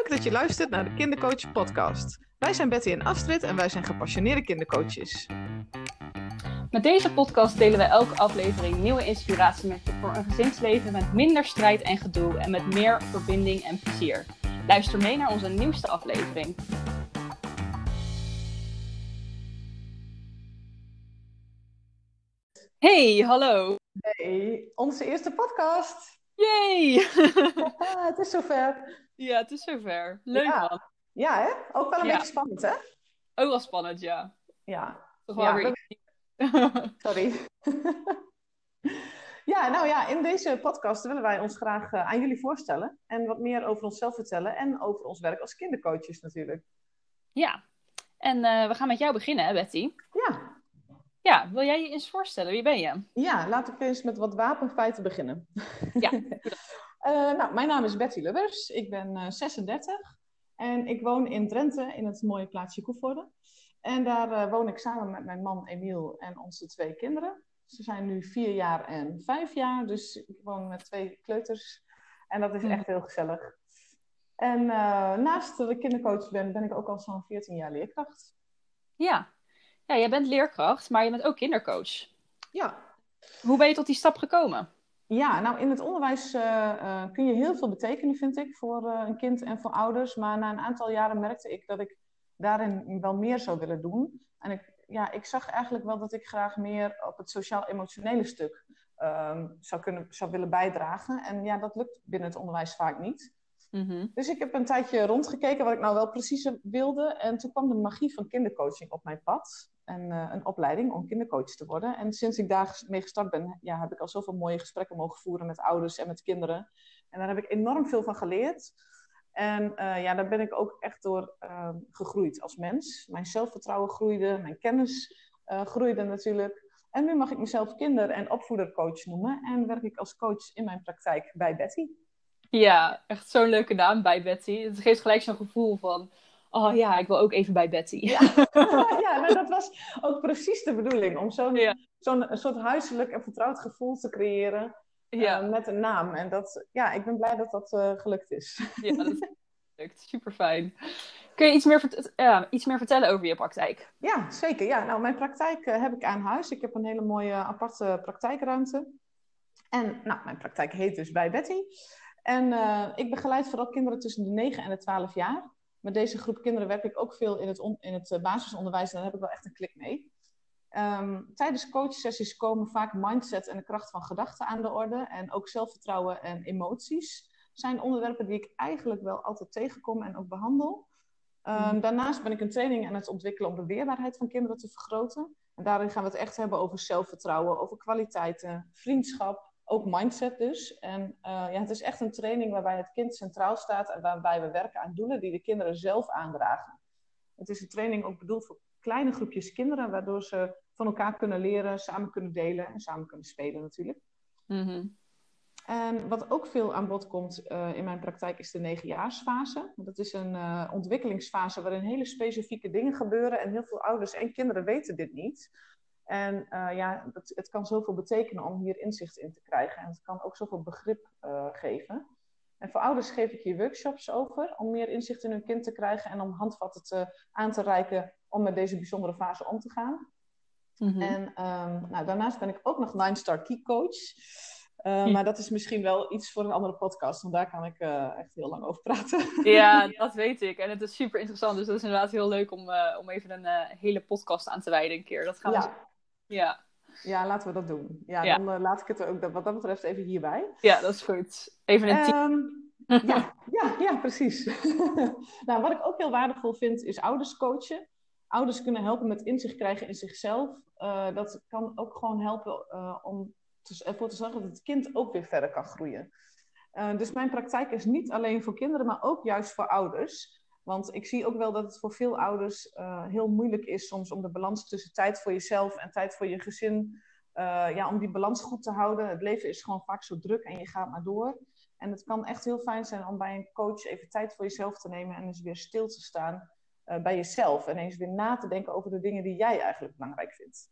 Leuk dat je luistert naar de Kindercoach podcast. Wij zijn Betty en Astrid en wij zijn gepassioneerde kindercoaches. Met deze podcast delen wij elke aflevering nieuwe inspiratie met je voor een gezinsleven met minder strijd en gedoe en met meer verbinding en plezier. Luister mee naar onze nieuwste aflevering. Hey, hallo. Hey, onze eerste podcast. Yay! Het is zover. Ja, het is zover. Leuk man. Ja, hè? Ook wel een beetje spannend, hè? Ook wel spannend, ja. Ja. Toch wel weer... Sorry. In deze podcast willen wij ons graag aan jullie voorstellen. En wat meer over onszelf vertellen en over ons werk als kindercoaches natuurlijk. Ja, en we gaan met jou beginnen, hè Betty? Ja. Ja, wil jij je eens voorstellen? Wie ben je? Ja, laten we eens met wat wapenfeiten beginnen. Ja. Mijn naam is Betty Lubbers. Ik ben 36 en ik woon in Drenthe in het mooie plaatsje Koevoorde. En daar woon ik samen met mijn man Emiel en onze 2 kinderen. Ze zijn nu 4 jaar en 5 jaar, dus ik woon met 2 kleuters. En dat is echt heel gezellig. En naast dat ik kindercoach ben ik ook al zo'n 14 jaar leerkracht. Ja, jij bent leerkracht, maar je bent ook kindercoach. Ja. Hoe ben je tot die stap gekomen? Ja, nou in het onderwijs kun je heel veel betekenen, vind ik, voor een kind en voor ouders. Maar na een aantal jaren merkte ik dat ik daarin wel meer zou willen doen. En ik zag eigenlijk wel dat ik graag meer op het sociaal-emotionele stuk zou willen bijdragen. En ja, dat lukt binnen het onderwijs vaak niet. Mm-hmm. Dus ik heb een tijdje rondgekeken wat ik nou wel precies wilde. En toen kwam de magie van kindercoaching op mijn pad. En een opleiding om kindercoach te worden. En sinds ik daarmee gestart ben, heb ik al zoveel mooie gesprekken mogen voeren met ouders en met kinderen. En daar heb ik enorm veel van geleerd. En daar ben ik ook echt door gegroeid als mens. Mijn zelfvertrouwen groeide, mijn kennis groeide natuurlijk. En nu mag ik mezelf kinder- en opvoedercoach noemen. En werk ik als coach in mijn praktijk bij Betty. Ja, echt zo'n leuke naam, bij Betty. Het geeft gelijk zo'n gevoel van... Oh ja, ik wil ook even bij Betty. Ja, dat was ook precies de bedoeling. Om zo'n soort huiselijk en vertrouwd gevoel te creëren met een naam. En ik ben blij dat dat gelukt is. Ja, dat is gelukt. Super fijn. Kun je iets meer vertellen over je praktijk? Ja, zeker. Ja, nou, mijn praktijk heb ik aan huis. Ik heb een hele mooie aparte praktijkruimte. En mijn praktijk heet dus bij Betty. En ik begeleid vooral kinderen tussen de 9 en de 12 jaar. Met deze groep kinderen werk ik ook veel in het basisonderwijs. En daar heb ik wel echt een klik mee. Tijdens coachsessies komen vaak mindset en de kracht van gedachten aan de orde. En ook zelfvertrouwen en emoties zijn onderwerpen die ik eigenlijk wel altijd tegenkom en ook behandel. Daarnaast ben ik een training aan het ontwikkelen om de weerbaarheid van kinderen te vergroten. En daarin gaan we het echt hebben over zelfvertrouwen, over kwaliteiten, vriendschap, ook mindset dus. En het is echt een training waarbij het kind centraal staat en waarbij we werken aan doelen die de kinderen zelf aandragen. Het is een training ook bedoeld voor kleine groepjes kinderen, waardoor ze van elkaar kunnen leren, samen kunnen delen en samen kunnen spelen natuurlijk. Mm-hmm. En wat ook veel aan bod komt in mijn praktijk is de 9-jaarsfase. Dat is een ontwikkelingsfase waarin hele specifieke dingen gebeuren en heel veel ouders en kinderen weten dit niet. En het kan zoveel betekenen om hier inzicht in te krijgen. En het kan ook zoveel begrip geven. En voor ouders geef ik hier workshops over om meer inzicht in hun kind te krijgen en om handvatten aan te reiken om met deze bijzondere fase om te gaan. Mm-hmm. En daarnaast ben ik ook nog 9-Star Key Coach. Maar dat is misschien wel iets voor een andere podcast, want daar kan ik echt heel lang over praten. Ja, dat weet ik. En het is super interessant, dus dat is inderdaad heel leuk om even een hele podcast aan te wijden een keer. Dat gaan we Ja, laten we dat doen. Ja. Dan laat ik het ook wat dat betreft even hierbij. Ja, dat is goed. Even een team. Ja, precies. Nou, wat ik ook heel waardevol vind, is ouders coachen. Ouders kunnen helpen met inzicht krijgen in zichzelf. Dat kan ook gewoon helpen om ervoor te zorgen dat het kind ook weer verder kan groeien. Dus mijn praktijk is niet alleen voor kinderen, maar ook juist voor ouders. Want ik zie ook wel dat het voor veel ouders heel moeilijk is soms om de balans tussen tijd voor jezelf en tijd voor je gezin, om die balans goed te houden. Het leven is gewoon vaak zo druk en je gaat maar door. En het kan echt heel fijn zijn om bij een coach even tijd voor jezelf te nemen en eens weer stil te staan bij jezelf. En eens weer na te denken over de dingen die jij eigenlijk belangrijk vindt.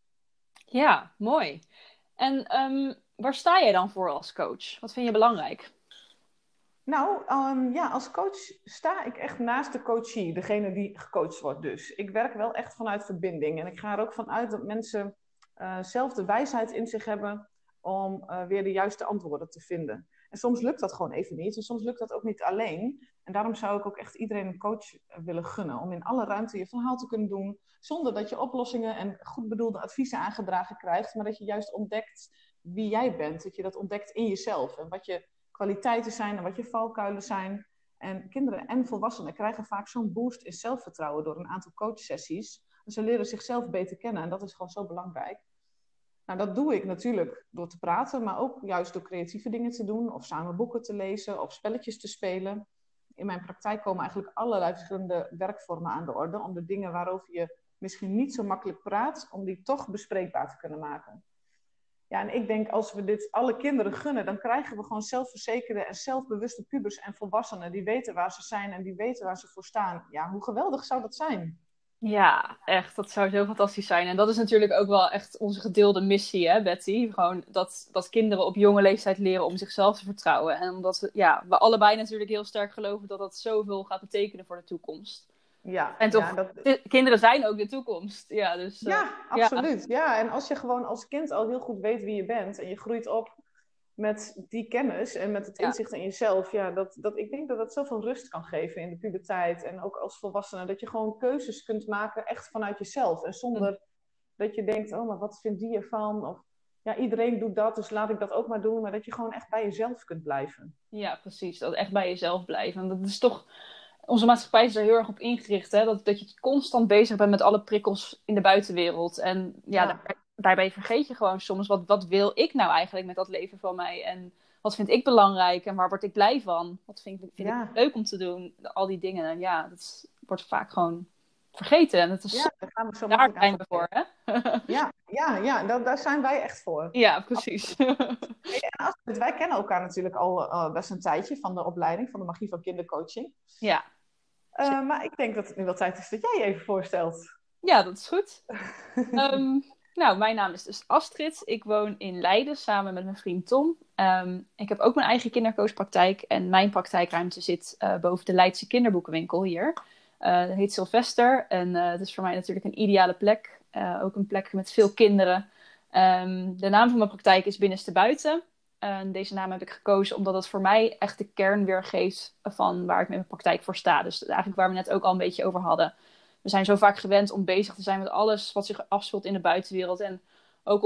Ja, mooi. En waar sta jij dan voor als coach? Wat vind je belangrijk? Nou, als coach sta ik echt naast de coachee, degene die gecoacht wordt dus. Ik werk wel echt vanuit verbinding en ik ga er ook vanuit dat mensen zelf de wijsheid in zich hebben om weer de juiste antwoorden te vinden. En soms lukt dat gewoon even niet en soms lukt dat ook niet alleen. En daarom zou ik ook echt iedereen een coach willen gunnen om in alle ruimte je verhaal te kunnen doen, zonder dat je oplossingen en goed bedoelde adviezen aangedragen krijgt, maar dat je juist ontdekt wie jij bent, dat je dat ontdekt in jezelf en wat je kwaliteiten zijn en wat je valkuilen zijn. En kinderen en volwassenen krijgen vaak zo'n boost in zelfvertrouwen door een aantal coachsessies. En ze leren zichzelf beter kennen en dat is gewoon zo belangrijk. Nou, dat doe ik natuurlijk door te praten, maar ook juist door creatieve dingen te doen, of samen boeken te lezen, of spelletjes te spelen. In mijn praktijk komen eigenlijk allerlei verschillende werkvormen aan de orde, om de dingen waarover je misschien niet zo makkelijk praat, om die toch bespreekbaar te kunnen maken. Ja, en ik denk als we dit alle kinderen gunnen, dan krijgen we gewoon zelfverzekerde en zelfbewuste pubers en volwassenen die weten waar ze zijn en die weten waar ze voor staan. Ja, hoe geweldig zou dat zijn? Ja, echt. Dat zou zo fantastisch zijn. En dat is natuurlijk ook wel echt onze gedeelde missie, hè, Betty? Gewoon dat kinderen op jonge leeftijd leren om zichzelf te vertrouwen. En omdat we allebei natuurlijk heel sterk geloven dat dat zoveel gaat betekenen voor de toekomst. Ja, En toch, kinderen zijn ook de toekomst. Ja, dus, ja, absoluut. Ja, en als je gewoon als kind al heel goed weet wie je bent en je groeit op met die kennis en met het inzicht in jezelf, ik denk dat dat zoveel rust kan geven in de puberteit en ook als volwassene, dat je gewoon keuzes kunt maken echt vanuit jezelf en zonder dat je denkt, oh, maar wat vindt die ervan? Of ja, iedereen doet dat, dus laat ik dat ook maar doen, maar dat je gewoon echt bij jezelf kunt blijven. Ja, precies. Dat echt bij jezelf blijven. En dat is toch, onze maatschappij is er heel erg op ingericht, hè? Dat je constant bezig bent met alle prikkels in de buitenwereld. En daarbij vergeet je gewoon soms, wat wil ik nou eigenlijk met dat leven van mij? En wat vind ik belangrijk en waar word ik blij van? Wat vind ik leuk om te doen? Al die dingen. En ja, dat wordt vaak gewoon vergeten. En het is daar gaan we zo daar zijn we voor, hè? Daar zijn wij echt voor. Ja, precies. En wij kennen elkaar natuurlijk al best een tijdje van de opleiding van de magie van kindercoaching. Ja. Maar ik denk dat het nu wel tijd is dat jij je even voorstelt. Ja, dat is goed. Nou, mijn naam is dus Astrid. Ik woon in Leiden samen met mijn vriend Tom. Ik heb ook mijn eigen kindercoachpraktijk. En mijn praktijkruimte zit boven de Leidse kinderboekenwinkel hier. Dat heet Sylvester. En het is voor mij natuurlijk een ideale plek. Ook een plek met veel kinderen. De naam van mijn praktijk is Binnenste Buiten. Deze naam heb ik gekozen omdat het voor mij echt de kern weergeeft van waar ik met mijn praktijk voor sta. Dus eigenlijk waar we net ook al een beetje over hadden. We zijn zo vaak gewend om bezig te zijn met alles wat zich afspeelt in de buitenwereld. En ook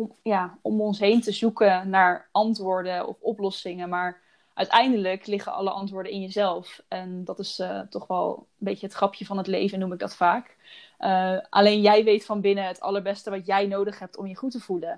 om ons heen te zoeken naar antwoorden of oplossingen. Maar uiteindelijk liggen alle antwoorden in jezelf. En dat is toch wel een beetje het grapje van het leven, noem ik dat vaak. Alleen jij weet van binnen het allerbeste wat jij nodig hebt om je goed te voelen.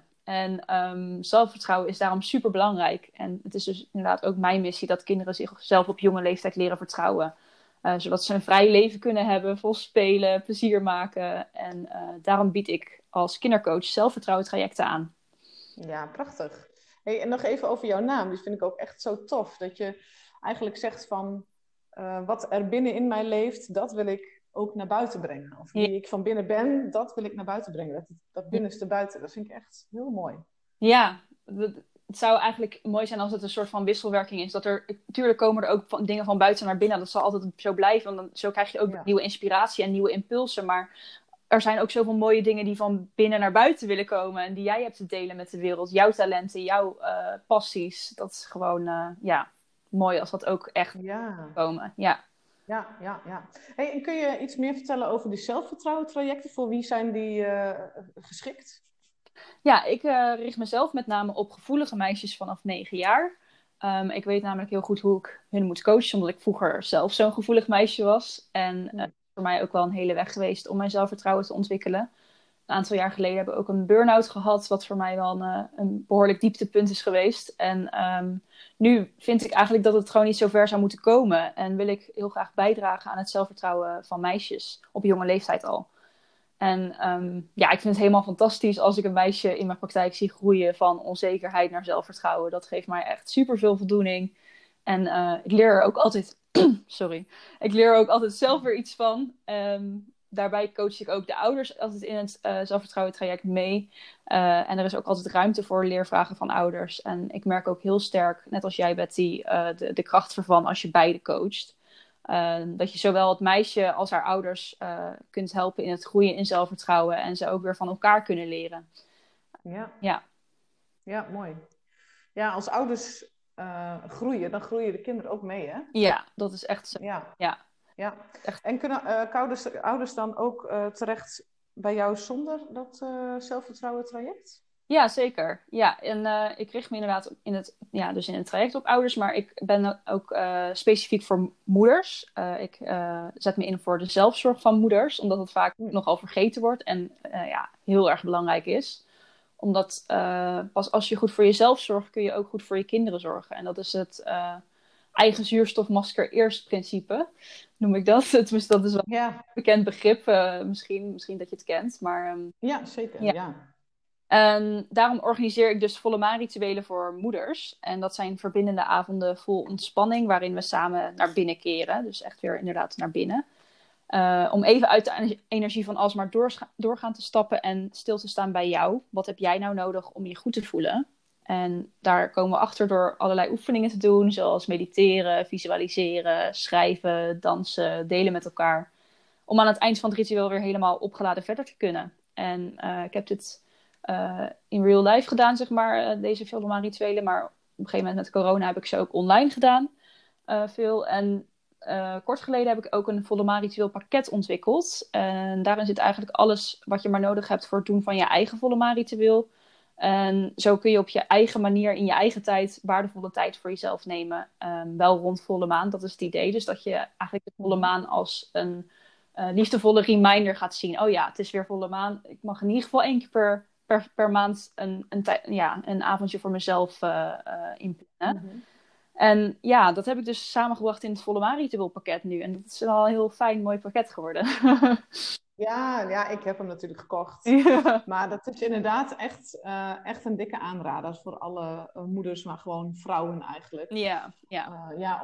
En zelfvertrouwen is daarom super belangrijk. En het is dus inderdaad ook mijn missie dat kinderen zichzelf op jonge leeftijd leren vertrouwen. Zodat ze een vrij leven kunnen hebben, vol spelen, plezier maken. En daarom bied ik als kindercoach zelfvertrouwen trajecten aan. Ja, prachtig. Hey, en nog even over jouw naam. Die vind ik ook echt zo tof. Dat je eigenlijk zegt van wat er binnenin mij leeft, dat wil ik ook naar buiten brengen. Of wie ik van binnen ben, dat wil ik naar buiten brengen. Dat binnenste buiten, dat vind ik echt heel mooi. Ja, het zou eigenlijk mooi zijn als het een soort van wisselwerking is. Natuurlijk komen er ook dingen van buiten naar binnen. Dat zal altijd zo blijven. Want zo krijg je ook nieuwe inspiratie en nieuwe impulsen. Maar er zijn ook zoveel mooie dingen die van binnen naar buiten willen komen. En die jij hebt te delen met de wereld. Jouw talenten, jouw passies. Dat is gewoon mooi als dat ook echt komen. Ja. Ja. Hey, en kun je iets meer vertellen over die zelfvertrouwen trajecten? Voor wie zijn die geschikt? Ja, ik richt mezelf met name op gevoelige meisjes vanaf 9 jaar. Ik weet namelijk heel goed hoe ik hun moet coachen, omdat ik vroeger zelf zo'n gevoelig meisje was. En voor mij ook wel een hele weg geweest om mijn zelfvertrouwen te ontwikkelen. Een aantal jaar geleden heb ik ook een burn-out gehad, wat voor mij wel een behoorlijk dieptepunt is geweest. En nu vind ik eigenlijk dat het gewoon niet zo ver zou moeten komen. En wil ik heel graag bijdragen aan het zelfvertrouwen van meisjes op jonge leeftijd al. En ik vind het helemaal fantastisch als ik een meisje in mijn praktijk zie groeien van onzekerheid naar zelfvertrouwen. Dat geeft mij echt super veel voldoening. En ik leer er ook altijd, ik leer er ook altijd zelf weer iets van. daarbij coach ik ook de ouders altijd in het zelfvertrouwen traject mee. En er is ook altijd ruimte voor leervragen van ouders. En ik merk ook heel sterk, net als jij Betty, de kracht ervan als je beide coacht. Dat je zowel het meisje als haar ouders kunt helpen in het groeien in zelfvertrouwen. En ze ook weer van elkaar kunnen leren. Ja, mooi. Ja, als ouders groeien, dan groeien de kinderen ook mee, hè? Ja, dat is echt zo. Ja. Echt. En kunnen ouders dan ook terecht bij jou zonder dat zelfvertrouwen traject? Ja, zeker. Ja, en ik richt me inderdaad dus in het traject op ouders, maar ik ben ook specifiek voor moeders. Ik zet me in voor de zelfzorg van moeders, omdat het vaak nogal vergeten wordt en heel erg belangrijk is. Omdat pas als je goed voor jezelf zorgt, kun je ook goed voor je kinderen zorgen. En dat is het eigen zuurstofmasker eerst principe, noem ik dat. Tenminste, dat is wel een bekend begrip. Misschien dat je het kent. Maar, ja, zeker. Ja. En daarom organiseer ik dus volle maan-rituelen voor moeders. En dat zijn verbindende avonden vol ontspanning, waarin we samen naar binnen keren. Dus echt weer inderdaad naar binnen. Om even uit de energie van alsmaar doorgaan te stappen en stil te staan bij jou. Wat heb jij nou nodig om je goed te voelen? En daar komen we achter door allerlei oefeningen te doen, zoals mediteren, visualiseren, schrijven, dansen, delen met elkaar. Om aan het eind van het ritueel weer helemaal opgeladen verder te kunnen. En ik heb dit in real life gedaan, zeg maar, deze volle maan rituelen. Maar op een gegeven moment met corona heb ik ze ook online gedaan, veel. En kort geleden heb ik ook een volle maan ritueel pakket ontwikkeld. En daarin zit eigenlijk alles wat je maar nodig hebt voor het doen van je eigen volle maan ritueel. En zo kun je op je eigen manier, in je eigen tijd, waardevolle tijd voor jezelf nemen. Wel rond volle maan, dat is het idee. Dus dat je eigenlijk de volle maan als een liefdevolle reminder gaat zien. Oh ja, het is weer volle maan. Ik mag in ieder geval 1 keer per maand een avondje voor mezelf inplannen. Mm-hmm. En ja, dat heb ik dus samengebracht in het volle maan ritueel pakket nu. En dat is al een heel fijn, mooi pakket geworden. Ja, ik heb hem natuurlijk gekocht. Ja. Maar dat is inderdaad echt een dikke aanrader voor alle moeders, maar gewoon vrouwen eigenlijk. Ja.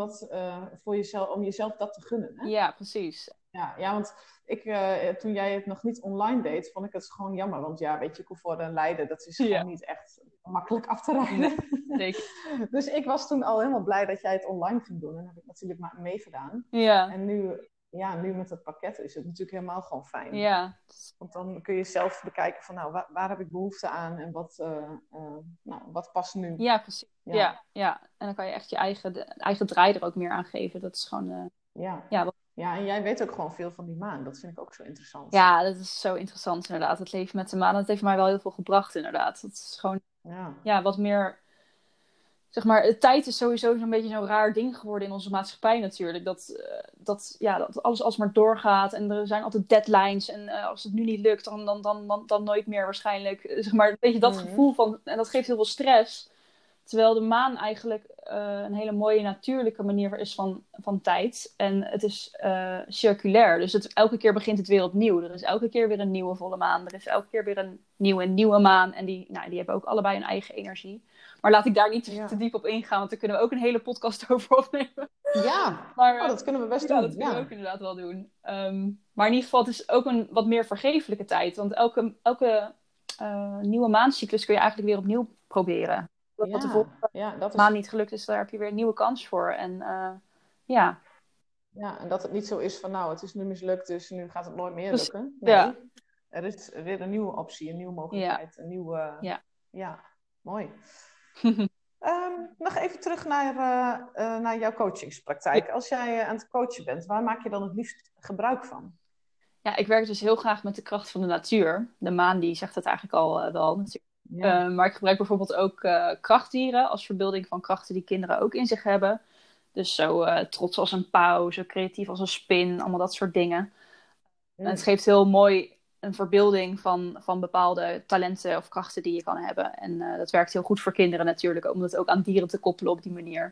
Om jezelf dat te gunnen. Hè? Ja, precies. Ja, want toen jij het nog niet online deed, vond ik het gewoon jammer. Want ja, weet je, Koevoorde Leiden, dat is gewoon niet echt makkelijk af te rijden. Nee, dus ik was toen al helemaal blij dat jij het online ging doen. En dat heb ik natuurlijk maar meegedaan. Ja. En nu met het pakket is het natuurlijk helemaal gewoon fijn. Ja. Want dan kun je zelf bekijken van, nou, waar heb ik behoefte aan en wat past nu? Ja, precies. Ja. En dan kan je echt je eigen draai er ook meer aan geven. Dat is gewoon... Ja, en jij weet ook gewoon veel van die maan. Dat vind ik ook zo interessant. Ja, dat is zo interessant inderdaad. Het leven met de maan, dat heeft mij wel heel veel gebracht inderdaad. Dat is gewoon wat meer... Zeg maar, de tijd is sowieso zo'n beetje zo'n raar ding geworden in onze maatschappij natuurlijk. Dat alles alsmaar doorgaat en er zijn altijd deadlines. En als het nu niet lukt, dan nooit meer waarschijnlijk. Zeg maar, een beetje dat gevoel van... En dat geeft heel veel stress. Terwijl de maan eigenlijk een hele mooie natuurlijke manier is van tijd. En het is circulair. Dus elke keer begint het weer opnieuw. Er is elke keer weer een nieuwe volle maan. Er is elke keer weer een nieuwe maan. En die hebben ook allebei een eigen energie. Maar laat ik daar niet te diep op ingaan. Want daar kunnen we ook een hele podcast over opnemen. Ja, maar, dat kunnen we best doen. Dat kunnen we ook inderdaad wel doen. Maar in ieder geval, het is ook een wat meer vergeeflijke tijd. Want elke nieuwe maancyclus kun je eigenlijk weer opnieuw proberen. Wat de volgende maand niet gelukt is, daar heb je weer een nieuwe kans voor. En Ja, en dat het niet zo is van, nou, het is nu mislukt, dus nu gaat het nooit meer lukken. Nee, er is weer een nieuwe optie, een nieuwe mogelijkheid. Een nieuwe... Ja, mooi. Nog even terug naar jouw coachingspraktijk. Als jij aan het coachen bent, waar maak je dan het liefst gebruik van? Ja, ik werk dus heel graag met de kracht van de natuur. De maan die zegt het eigenlijk al wel natuurlijk. Ja. Maar ik gebruik bijvoorbeeld ook krachtdieren als verbeelding van krachten die kinderen ook in zich hebben. Dus zo trots als een pauw, zo creatief als een spin, allemaal dat soort dingen. En het geeft heel mooi een verbeelding van bepaalde talenten of krachten die je kan hebben. En dat werkt heel goed voor kinderen natuurlijk, om het ook aan dieren te koppelen op die manier.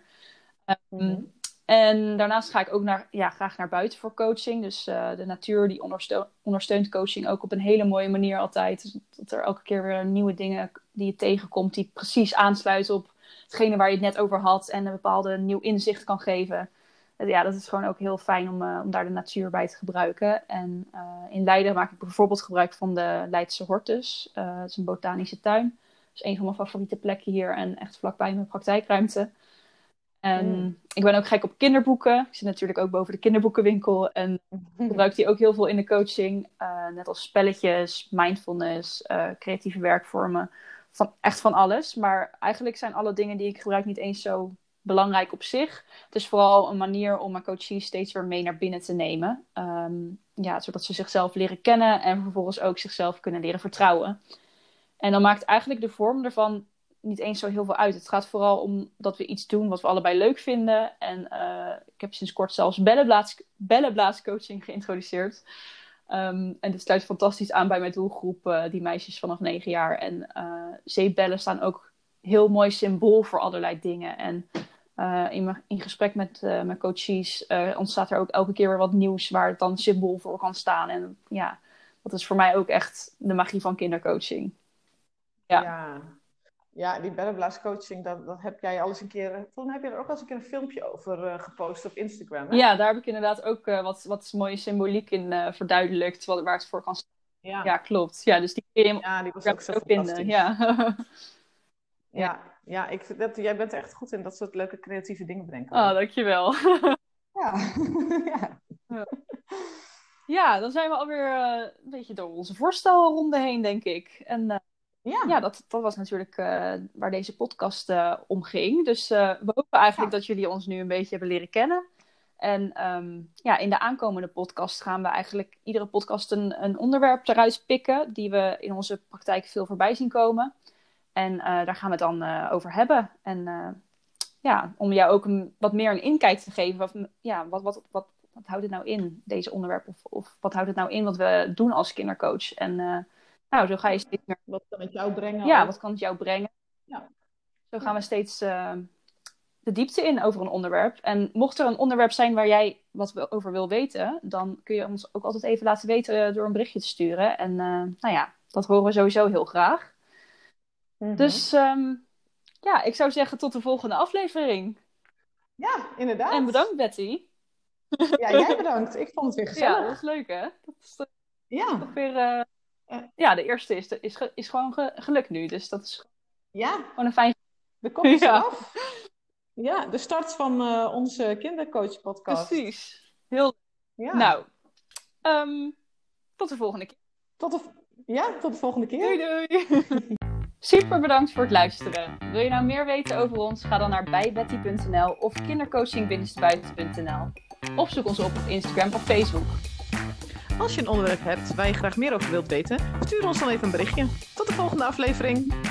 En daarnaast ga ik ook graag naar buiten voor coaching. Dus de natuur die ondersteunt coaching ook op een hele mooie manier altijd. Dus dat er elke keer weer nieuwe dingen die je tegenkomt die precies aansluiten op hetgene waar je het net over had. En een bepaalde nieuw inzicht kan geven. Ja, dat is gewoon ook heel fijn om daar de natuur bij te gebruiken. En in Leiden maak ik bijvoorbeeld gebruik van de Leidse Hortus. Het is een botanische tuin. Dat is een van mijn favoriete plekken hier en echt vlakbij mijn praktijkruimte. En ik ben ook gek op kinderboeken. Ik zit natuurlijk ook boven de kinderboekenwinkel en gebruik die ook heel veel in de coaching. Net als spelletjes, mindfulness, creatieve werkvormen. Echt van alles. Maar eigenlijk zijn alle dingen die ik gebruik niet eens zo belangrijk op zich. Het is vooral een manier om mijn coaches steeds weer mee naar binnen te nemen. Zodat ze zichzelf leren kennen en vervolgens ook zichzelf kunnen leren vertrouwen. En dan maakt eigenlijk de vorm ervan niet eens zo heel veel uit. Het gaat vooral om dat we iets doen wat we allebei leuk vinden. En ik heb sinds kort zelfs bellenblaascoaching geïntroduceerd. En dit sluit fantastisch aan bij mijn doelgroep, die meisjes vanaf 9 jaar. En zeepbellen staan ook heel mooi symbool voor allerlei dingen. En in gesprek met mijn coaches ontstaat er ook elke keer weer wat nieuws waar het dan symbool voor kan staan. En ja, dat is voor mij ook echt de magie van kindercoaching. Ja, die bellenblaascoaching, dat heb jij al eens een keer... Volgens mij heb je er ook al eens een keer een filmpje over gepost op Instagram, hè? Ja, daar heb ik inderdaad ook wat mooie symboliek in verduidelijkt, waar het voor kan staan. Ja, klopt. Ja, dus die die was ook zo fantastisch. Vinden. Ja, ik vind jij bent er echt goed in dat soort leuke creatieve dingen bedenken. Oh, dankjewel. Ja, dan zijn we alweer een beetje door onze voorstelronde heen, denk ik. En dat was natuurlijk waar deze podcast om ging. Dus we hopen eigenlijk dat jullie ons nu een beetje hebben leren kennen. En in de aankomende podcast gaan we eigenlijk iedere podcast een onderwerp eruit pikken die we in onze praktijk veel voorbij zien komen. En daar gaan we het dan over hebben. En om jou ook wat meer een inkijk te geven. Wat houdt het nou in, deze onderwerp? Of wat houdt het nou in wat we doen als kindercoach? En zo ga je steeds meer... Wat kan het jou brengen? Ja, wat kan het jou brengen? Ja. Zo gaan we steeds de diepte in over een onderwerp. En mocht er een onderwerp zijn waar jij wat over wil weten, dan kun je ons ook altijd even laten weten door een berichtje te sturen. En dat horen we sowieso heel graag. Mm-hmm. Dus ik zou zeggen tot de volgende aflevering. Ja, inderdaad. En bedankt, Betty. Ja, jij bedankt. Ik vond het weer gezellig. Ja, dat was leuk, hè? Dat is toch weer... de eerste is gewoon gelukt nu. Dus dat is gewoon een fijn... De kop is eraf. Ja, de start van onze kindercoach podcast. Precies. Heel... Ja. Nou, tot de volgende keer. Tot de volgende keer. Doei. Super bedankt voor het luisteren. Wil je nou meer weten over ons? Ga dan naar bijbetty.nl of kindercoaching-buiten.nl. Of zoek ons op Instagram of Facebook. Als je een onderwerp hebt waar je graag meer over wilt weten, stuur ons dan even een berichtje. Tot de volgende aflevering.